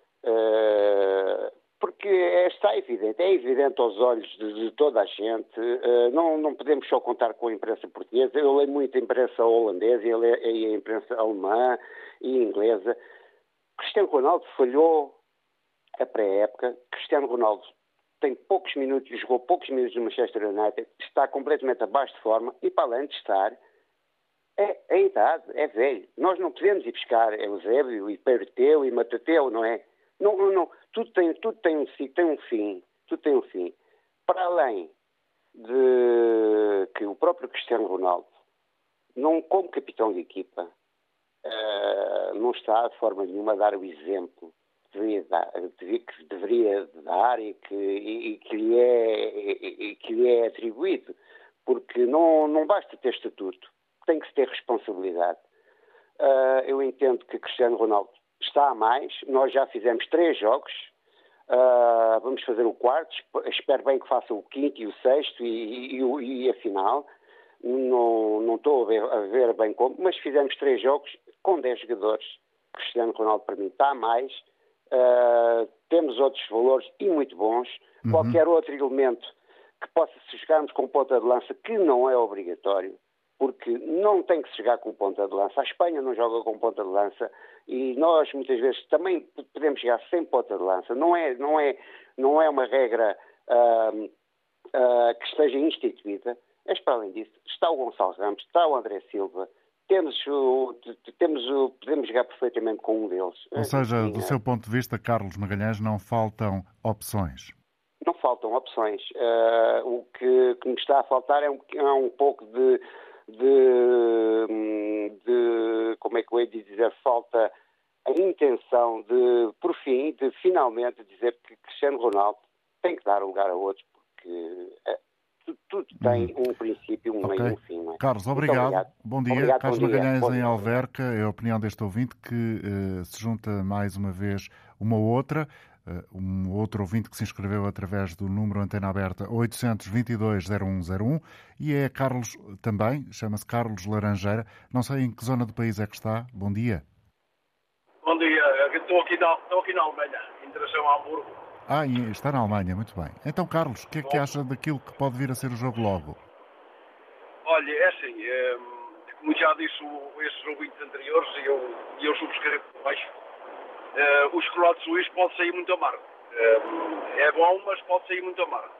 está evidente, é evidente aos olhos de toda a gente. Não podemos só contar com a imprensa portuguesa. Eu leio muito a imprensa holandesa e a imprensa alemã e inglesa. Cristiano Ronaldo falhou a pré-época. Cristiano Ronaldo tem poucos minutos, jogou poucos minutos no Manchester United, está completamente abaixo de forma e, para além de estar, é a idade, é velho. Nós não podemos ir buscar Eusébio e Perteu e Matateu, não é? Não. Tudo tem um fim. Tudo tem um fim. Para além de que o próprio Cristiano Ronaldo, não como capitão de equipa, não está de forma nenhuma a dar o exemplo que deveria dar e que lhe é atribuído. Porque não basta ter estatuto, tem que se ter responsabilidade. Eu entendo que Cristiano Ronaldo está a mais. Nós já fizemos 3 jogos, vamos fazer o 4º, espero bem que faça o 5º e o 6º e a final. Não estou a ver bem como, mas fizemos 3 jogos com 10 jogadores. Cristiano Ronaldo, para mim, está a mais. Temos outros valores e muito bons. Qualquer outro elemento que possa se jogarmos com ponta de lança, que não é obrigatório, porque não tem que se jogar com ponta de lança. A Espanha não joga com ponta de lança e nós, muitas vezes, também podemos jogar sem ponta de lança. Não é uma regra que esteja instituída. Mas, para além disso, está o Gonçalo Ramos, está o André Silva, podemos jogar perfeitamente com um deles. Ou seja, do seu ponto de vista, Carlos Magalhães, não faltam opções? Não faltam opções. O que me está a faltar é um pouco de como é que eu hei de dizer, falta a intenção por fim, de finalmente dizer que Cristiano Ronaldo tem que dar lugar a outros, porque tudo tem um princípio, um meio e um fim. Não é? Carlos, obrigado. Bom dia. Obrigado, Carlos bom dia. Magalhães Bom em dia. Alverca. É a opinião deste ouvinte que se junta mais uma vez uma outra. Um outro ouvinte que se inscreveu através do número antena aberta 822-0101 e é Carlos também, chama-se Carlos Laranjeira. Não sei em que zona do país é que está. Bom dia. Bom dia. Estou aqui na Alemanha, em direção a Hamburgo. Está na Alemanha, muito bem. Então, Carlos, o que é que acha daquilo que pode vir a ser o jogo logo? Olha, é assim, como já disse esses ouvintes anteriores, e eu subscrevo por baixo, o chocolate suíço pode sair muito amargo. É bom, mas pode sair muito amargo.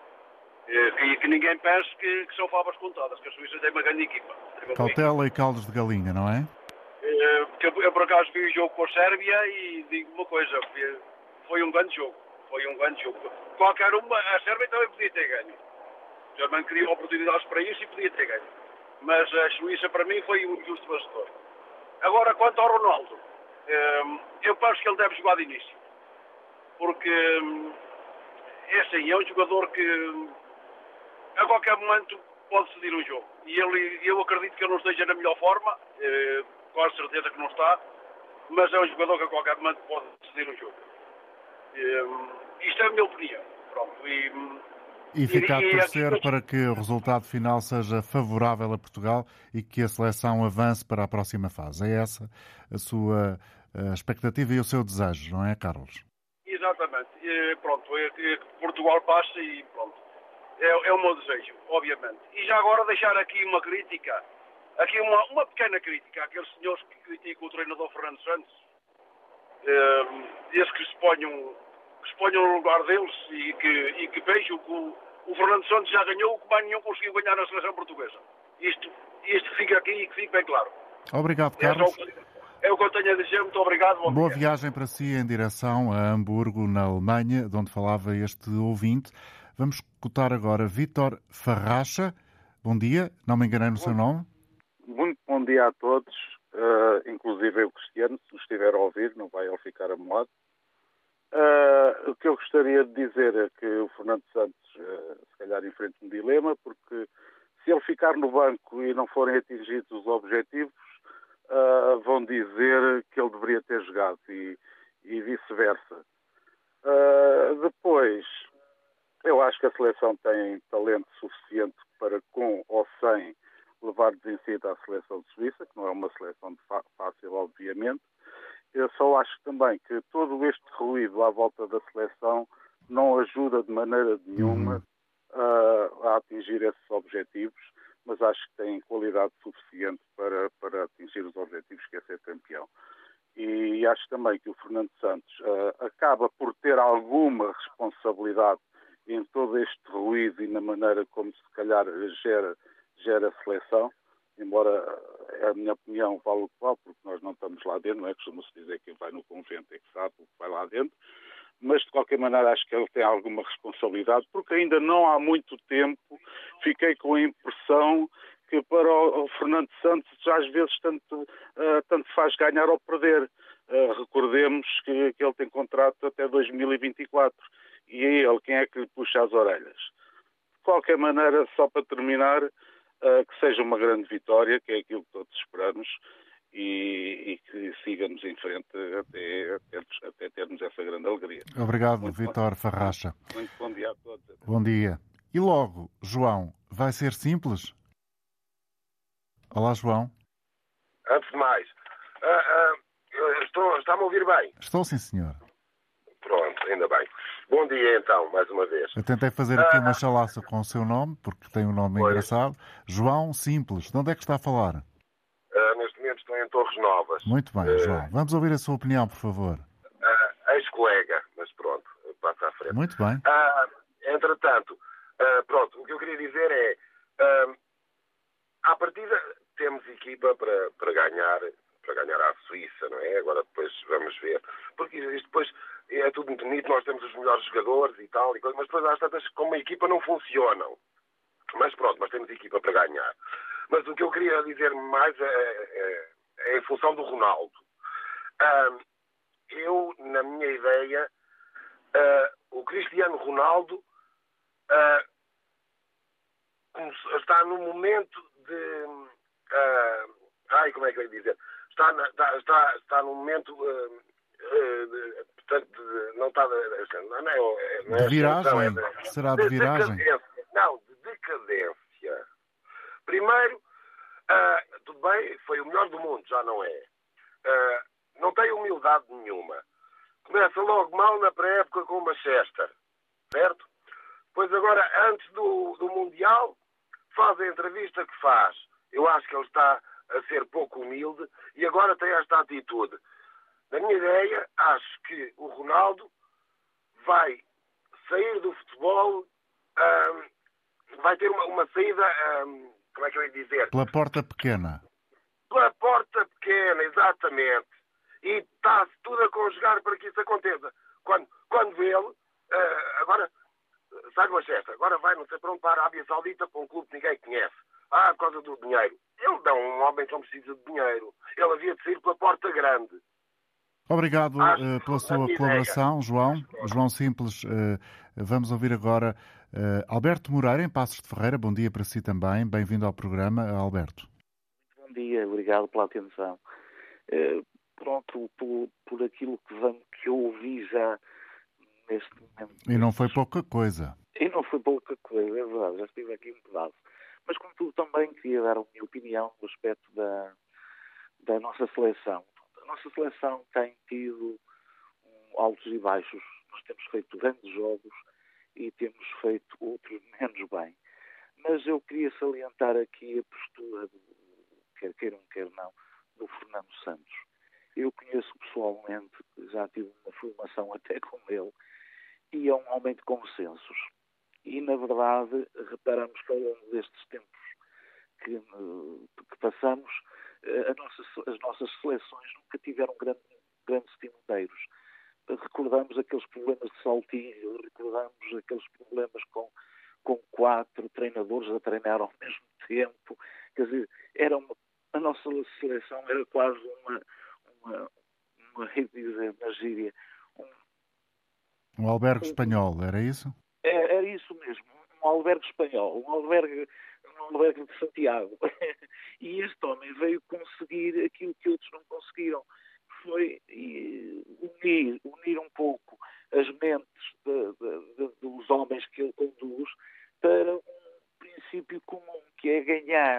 E que ninguém pense que são favas contadas, que a Suíça tem uma grande equipa. Cautela e caldos de galinha, não é? Porque eu por acaso vi o jogo com a Sérvia e digo uma coisa, foi um grande jogo. Qualquer uma, a Sérvia também podia ter ganho. Também criou oportunidades para isso e podia ter ganho. Mas a Suíça, para mim, foi um justo vencedor. Agora, quanto ao Ronaldo, eu penso que ele deve jogar de início. Porque, é assim, é um jogador que a qualquer momento pode decidir um jogo. E eu acredito que ele não esteja na melhor forma, quase certeza que não está, mas é um jogador que a qualquer momento pode decidir um jogo. Isto é a minha opinião. Pronto. E ficar a torcer para que o resultado final seja favorável a Portugal e que a seleção avance para a próxima fase. É essa a sua expectativa e o seu desejo, não é, Carlos? Exatamente. Pronto, que Portugal passe e pronto. É o meu desejo, obviamente. E já agora deixar aqui uma crítica, uma pequena crítica àqueles senhores que criticam o treinador Fernando Santos. Desde que se se ponham no lugar deles e que vejam que o Fernando Santos já ganhou o que mais nenhum conseguiu ganhar na seleção portuguesa. Isto fica aqui e que fique bem claro. Obrigado, Carlos. É o que eu tenho a dizer. Muito obrigado. Boa viagem para si em direção a Hamburgo, na Alemanha, de onde falava este ouvinte. Vamos escutar agora Vítor Farracha. Bom dia, não me enganei no seu nome. Muito bom dia a todos, inclusive o Cristiano, se nos estiver a ouvir, não vai ele ficar amoado. O que eu gostaria de dizer é que o Fernando Santos se calhar enfrenta um dilema, porque se ele ficar no banco e não forem atingidos os objetivos, vão dizer que ele deveria ter jogado e vice-versa. Depois, eu acho que a seleção tem talento suficiente para, com ou sem, levar desencida à seleção de Suíça, que não é uma seleção fácil, obviamente. Eu só acho também que todo este ruído à volta da seleção não ajuda de maneira nenhuma a atingir esses objetivos, mas acho que tem qualidade suficiente para atingir os objetivos que é ser campeão. E acho também que o Fernando Santos acaba por ter alguma responsabilidade em todo este ruído e na maneira como se calhar gera a seleção, embora a minha opinião vale o que vale, porque nós não estamos lá dentro, não é? Costuma-se dizer que quem vai no convento é que sabe o que vai lá dentro, mas de qualquer maneira acho que ele tem alguma responsabilidade, porque ainda não há muito tempo fiquei com a impressão que para o Fernando Santos às vezes tanto faz ganhar ou perder. Recordemos que ele tem contrato até 2024 e é ele quem é que lhe puxa as orelhas. De qualquer maneira, só para terminar, que seja uma grande vitória, que é aquilo que todos esperamos, e que sigamos em frente até termos essa grande alegria. Obrigado, Vítor Farracha. Muito bom dia a todos. Bom dia. E logo, João, vai ser simples? Olá, João. Antes de mais, está-me a ouvir bem? Estou, sim, senhor. Pronto, ainda bem. Bom dia, então, mais uma vez. Eu tentei fazer aqui uma chalaça com o seu nome, porque tem um nome engraçado. João Simples. De onde é que está a falar? Neste momento estou em Torres Novas. Muito bem, João. Vamos ouvir a sua opinião, por favor. Ex-colega, mas pronto, passa à frente. Muito bem. Entretanto, pronto, o que eu queria dizer é, à partida temos equipa para ganhar à Suíça, não é? Agora depois vamos ver. Porque isto depois é tudo muito bonito, nós temos os melhores jogadores e tal, mas depois há tantas que como a equipa não funcionam. Mas pronto, mas temos equipa para ganhar. Mas o que eu queria dizer mais é em função do Ronaldo. Eu, na minha ideia, o Cristiano Ronaldo está no momento de... como é que eu ia dizer? Está no momento... portanto, não está... Não é de viragem? Será de viragem? Não, de decadência. Primeiro, tudo bem, foi o melhor do mundo, já não é. Não tem humildade nenhuma. Começa logo mal na pré-época com o Manchester, certo? Pois agora, antes do Mundial, faz a entrevista que faz. Eu acho que ele está a ser pouco humilde e agora tem esta atitude. Na minha ideia, acho que o Ronaldo vai sair do futebol, vai ter uma saída, como é que eu ia dizer? Pela porta pequena. Pela porta pequena, exatamente. E está-se tudo a conjugar para que isso aconteça. Quando ele, agora, sai do Manchester, agora vai, não sei para onde, para a Arábia Saudita, para um clube que ninguém conhece. Por causa do dinheiro. Ele não é um homem que não precisa de dinheiro. Ele havia de sair pela porta grande. Obrigado pela sua colaboração, João. João Simples, vamos ouvir agora Alberto Moreira, em Passos de Ferreira. Bom dia para si também. Bem-vindo ao programa, Alberto. Bom dia, obrigado pela atenção. Pronto, por aquilo que eu ouvi já neste momento. E não foi pouca coisa. E não foi pouca coisa, é verdade. Já estive aqui um pedaço. Mas, contudo, também queria dar a minha opinião no aspecto da nossa seleção. A nossa seleção tem tido altos e baixos. Nós temos feito grandes jogos e temos feito outros menos bem. Mas eu queria salientar aqui a postura, quer queiram, quer não, do Fernando Santos. Eu conheço pessoalmente, já tive uma formação até com ele, consensos. E, na verdade, reparamos que ao longo destes tempos que passamos, as nossas seleções nunca tiveram grandes timondeiros. Recordamos aqueles problemas de Saltilho, recordamos aqueles problemas com 4 treinadores a treinar ao mesmo tempo. Quer dizer, a nossa seleção era quase uma gíria. Um albergue espanhol, era isso? Era isso mesmo, um albergue espanhol, um albergue de Santiago. E este homem veio conseguir aquilo que outros não conseguiram. Foi unir um pouco as mentes dos homens que ele conduz para um princípio comum, que é ganhar.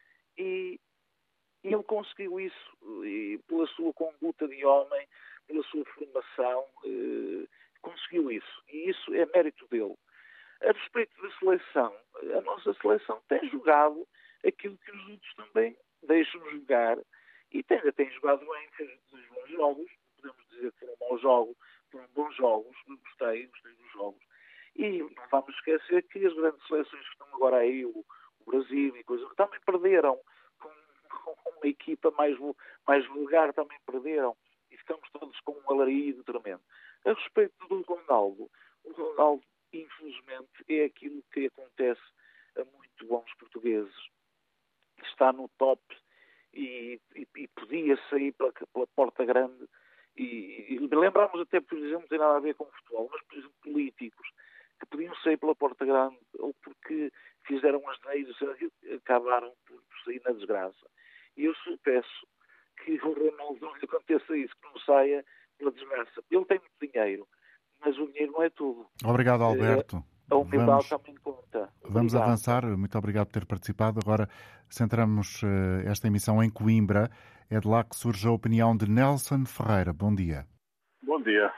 E ele conseguiu isso, e pela sua conduta de homem, pela sua formação, conseguiu isso. E isso é mérito dele. A respeito da seleção, a nossa seleção tem jogado aquilo que os outros também deixam jogar, e tem jogado bem, fez bons jogos. Podemos dizer que foram maus jogos, foram bons jogos. Gostei dos jogos. E não vamos esquecer que as grandes seleções que estão agora aí, o Brasil e coisas, também perderam. Com uma equipa mais vulgar, também perderam. E ficamos todos com um alarido tremendo. A respeito do Ronaldo, o Ronaldo, infelizmente, é aquilo que acontece a muito bons portugueses. Está no top e podia sair pela porta grande. E lembramos até, por exemplo, não tem nada a ver com futebol, mas, por exemplo, políticos que podiam sair pela porta grande ou porque fizeram as leis e acabaram por sair na desgraça. E eu só peço que o Ronaldo não lhe aconteça isso, que não saia pela desgraça. Ele tem muito dinheiro, mas o dinheiro não é tudo. Obrigado, Alberto. A humildade também conta. Vamos avançar. Muito obrigado por ter participado. Agora centramos esta emissão em Coimbra. É de lá que surge a opinião de Nelson Ferreira. Bom dia. Bom dia.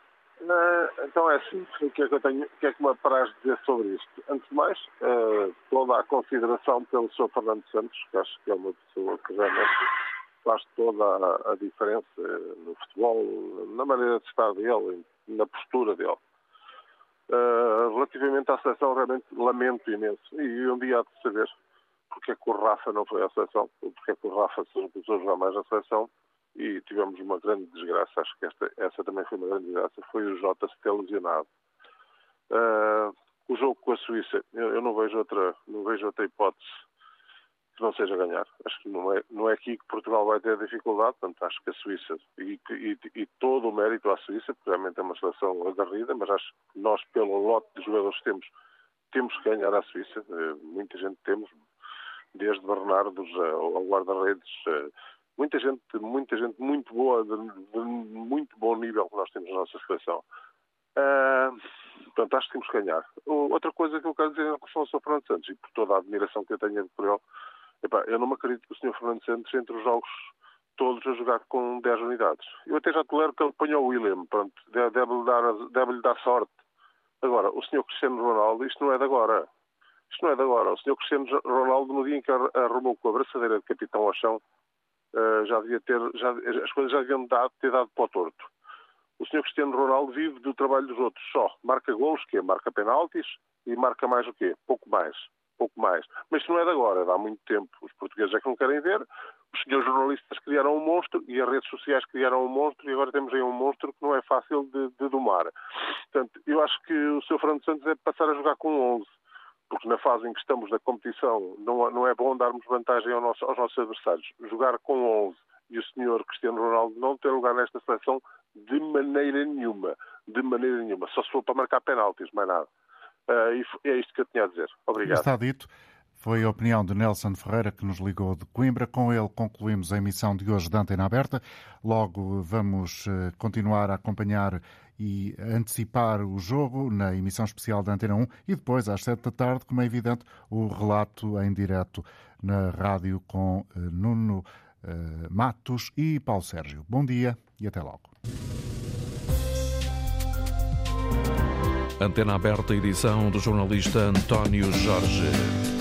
Então é assim, o que é que me apraz dizer sobre isto? Antes de mais, toda a consideração pelo Sr. Fernando Santos, que acho que é uma pessoa que realmente faz toda a diferença no futebol, na maneira de estar dele, na postura dele. Relativamente à seleção, realmente lamento imenso. E um dia há de saber porque é que o Rafa não foi à seleção, porque é que o Rafa se recusou a jogar mais na seleção, e tivemos uma grande desgraça. Acho que essa também foi uma grande desgraça. Foi o Jota se ter lesionado. O jogo com a Suíça, eu não vejo outra hipótese que não seja ganhar. Acho que não é aqui que Portugal vai ter dificuldade. Portanto, acho que a Suíça, e todo o mérito à Suíça, porque realmente é uma seleção agarrida, mas acho que nós, pelo lote de jogadores que temos que ganhar à Suíça. Muita gente temos, desde Bernardos ao guarda-redes, muita gente muito boa, de muito bom nível que nós temos na nossa seleção. Portanto, acho que temos que ganhar. Outra coisa que eu quero dizer em relação ao Sr. Fernando Santos, e por toda a admiração que eu tenho por ele, eu não me acredito que o Sr. Fernando Santos, entre os jogos todos, a jogar com 10 unidades. Eu até já tolero que ele ponha o William, pronto, deve-lhe dar sorte. Agora, o Sr. Cristiano Ronaldo, isto não é de agora. O Sr. Cristiano Ronaldo, no dia em que arrumou com a braçadeira de capitão ao chão, as coisas já deviam ter dado para o torto. O Sr. Cristiano Ronaldo vive do trabalho dos outros só. Marca golos, marca penaltis e marca mais o quê? Pouco mais. Mas isso não é de agora, é de há muito tempo. Os portugueses é que não querem ver. Os senhores jornalistas criaram um monstro e as redes sociais criaram um monstro, e agora temos aí um monstro que não é fácil de domar. Portanto, eu acho que o Sr. Fernando Santos é passar a jogar com 11. Porque na fase em que estamos na competição não é bom darmos vantagem aos nossos adversários. Jogar com 11 e o senhor Cristiano Ronaldo não ter lugar nesta seleção de maneira nenhuma. Só se for para marcar penaltis, mais nada. É isto que eu tinha a dizer. Obrigado. Está dito. Foi a opinião de Nelson Ferreira, que nos ligou de Coimbra. Com ele concluímos a emissão de hoje da Antena Aberta. Logo vamos continuar a acompanhar e antecipar o jogo na emissão especial da Antena 1 e depois, às 7 da tarde, como é evidente, o relato em direto na rádio com Nuno Matos e Paulo Sérgio. Bom dia e até logo. Antena Aberta, edição do jornalista António Jorge.